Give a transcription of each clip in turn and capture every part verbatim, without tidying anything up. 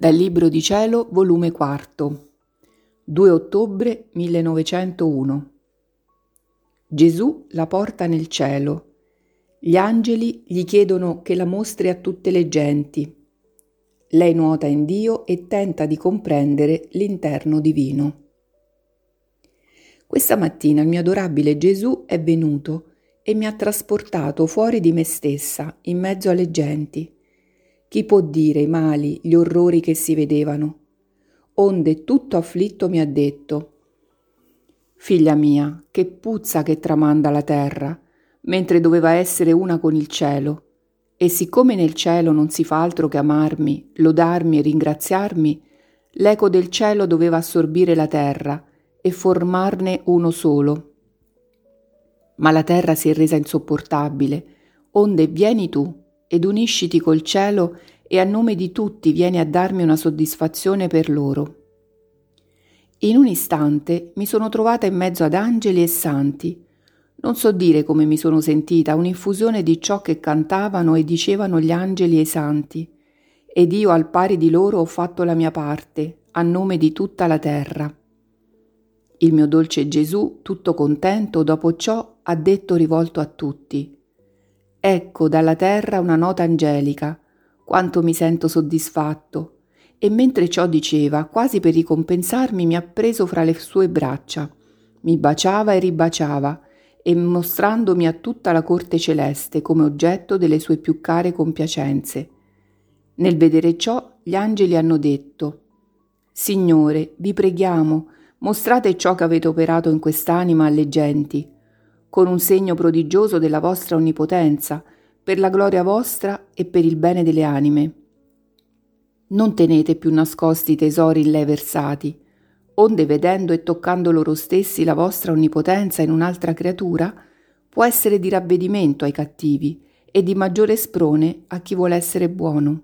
Dal Libro di Cielo, volume quarto, due ottobre millenovecentouno. Gesù la porta nel cielo. Gli angeli gli chiedono che la mostri a tutte le genti. Lei nuota in Dio e tenta di comprendere l'interno divino. Questa mattina il mio adorabile Gesù è venuto e mi ha trasportato fuori di me stessa, in mezzo alle genti. Chi può dire i mali, gli orrori che si vedevano? Onde tutto afflitto mi ha detto: figlia mia, che puzza che tramanda la terra, mentre doveva essere una con il cielo. E siccome nel cielo non si fa altro che amarmi, lodarmi e ringraziarmi, l'eco del cielo doveva assorbire la terra e formarne uno solo. Ma la terra si è resa insopportabile, onde vieni tu ed unisciti col cielo e a nome di tutti vieni a darmi una soddisfazione per loro. In un istante mi sono trovata in mezzo ad angeli e santi. Non so dire come mi sono sentita, un'infusione di ciò che cantavano e dicevano gli angeli e i santi, ed io al pari di loro ho fatto la mia parte, a nome di tutta la terra. Il mio dolce Gesù, tutto contento, dopo ciò ha detto rivolto a tutti: ecco dalla terra una nota angelica, quanto mi sento soddisfatto. E mentre ciò diceva, quasi per ricompensarmi, mi ha preso fra le sue braccia, mi baciava e ribaciava, e mostrandomi a tutta la corte celeste come oggetto delle sue più care compiacenze. Nel vedere ciò, gli angeli hanno detto: Signore, vi preghiamo, mostrate ciò che avete operato in quest'anima alle genti, con un segno prodigioso della vostra onnipotenza, per la gloria vostra e per il bene delle anime. Non tenete più nascosti i tesori in lei versati, onde vedendo e toccando loro stessi la vostra onnipotenza in un'altra creatura, può essere di ravvedimento ai cattivi e di maggiore sprone a chi vuole essere buono.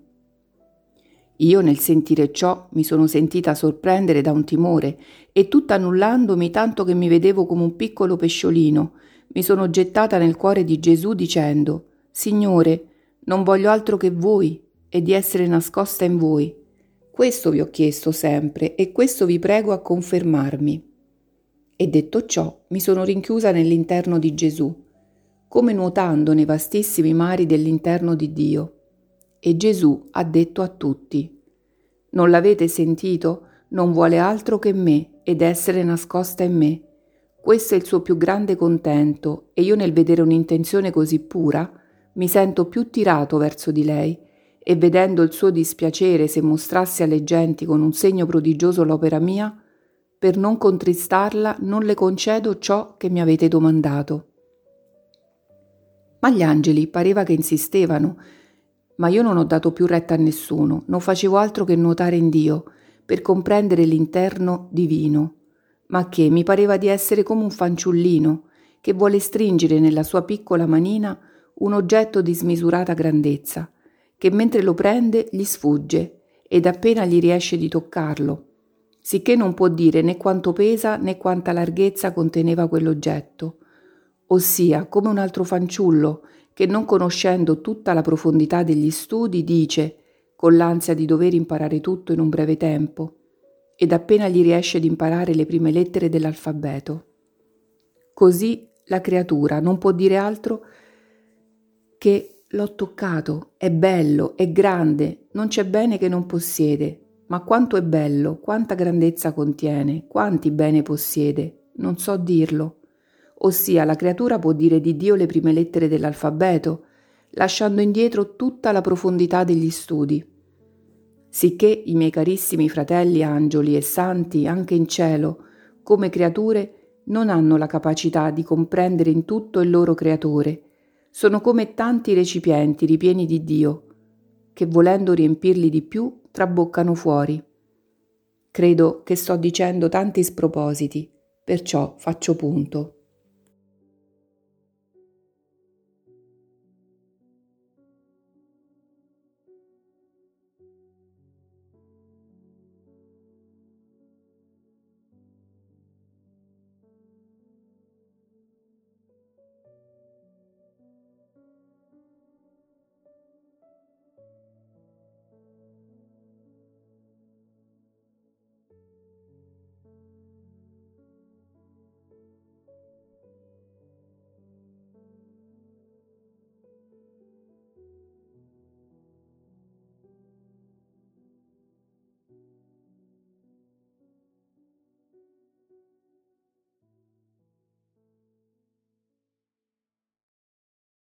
Io nel sentire ciò mi sono sentita sorprendere da un timore e tutta annullandomi tanto che mi vedevo come un piccolo pesciolino, mi sono gettata nel cuore di Gesù dicendo: Signore, non voglio altro che voi e di essere nascosta in voi. Questo vi ho chiesto sempre e questo vi prego a confermarmi. E detto ciò mi sono rinchiusa nell'interno di Gesù, come nuotando nei vastissimi mari dell'interno di Dio. E Gesù ha detto a tutti: non l'avete sentito? Non vuole altro che me ed essere nascosta in me. Questo è il suo più grande contento e io nel vedere un'intenzione così pura mi sento più tirato verso di lei e vedendo il suo dispiacere se mostrasse alle genti con un segno prodigioso l'opera mia, per non contristarla non le concedo ciò che mi avete domandato. Ma gli angeli pareva che insistevano, ma io non ho dato più retta a nessuno, non facevo altro che nuotare in Dio per comprendere l'interno divino, ma che mi pareva di essere come un fanciullino che vuole stringere nella sua piccola manina un oggetto di smisurata grandezza, che mentre lo prende gli sfugge ed appena gli riesce di toccarlo, sicché non può dire né quanto pesa né quanta larghezza conteneva quell'oggetto, ossia come un altro fanciullo che non conoscendo tutta la profondità degli studi dice, con l'ansia di dover imparare tutto in un breve tempo, ed appena gli riesce di imparare le prime lettere dell'alfabeto. Così la creatura non può dire altro che l'ho toccato, è bello, è grande, non c'è bene che non possiede, ma quanto è bello, quanta grandezza contiene, quanti bene possiede, non so dirlo. Ossia la creatura può dire di Dio le prime lettere dell'alfabeto, lasciando indietro tutta la profondità degli studi. Sicché i miei carissimi fratelli angeli e santi, anche in cielo, come creature, non hanno la capacità di comprendere in tutto il loro creatore. Sono come tanti recipienti ripieni di Dio, che volendo riempirli di più, traboccano fuori. Credo che sto dicendo tanti spropositi, perciò faccio punto.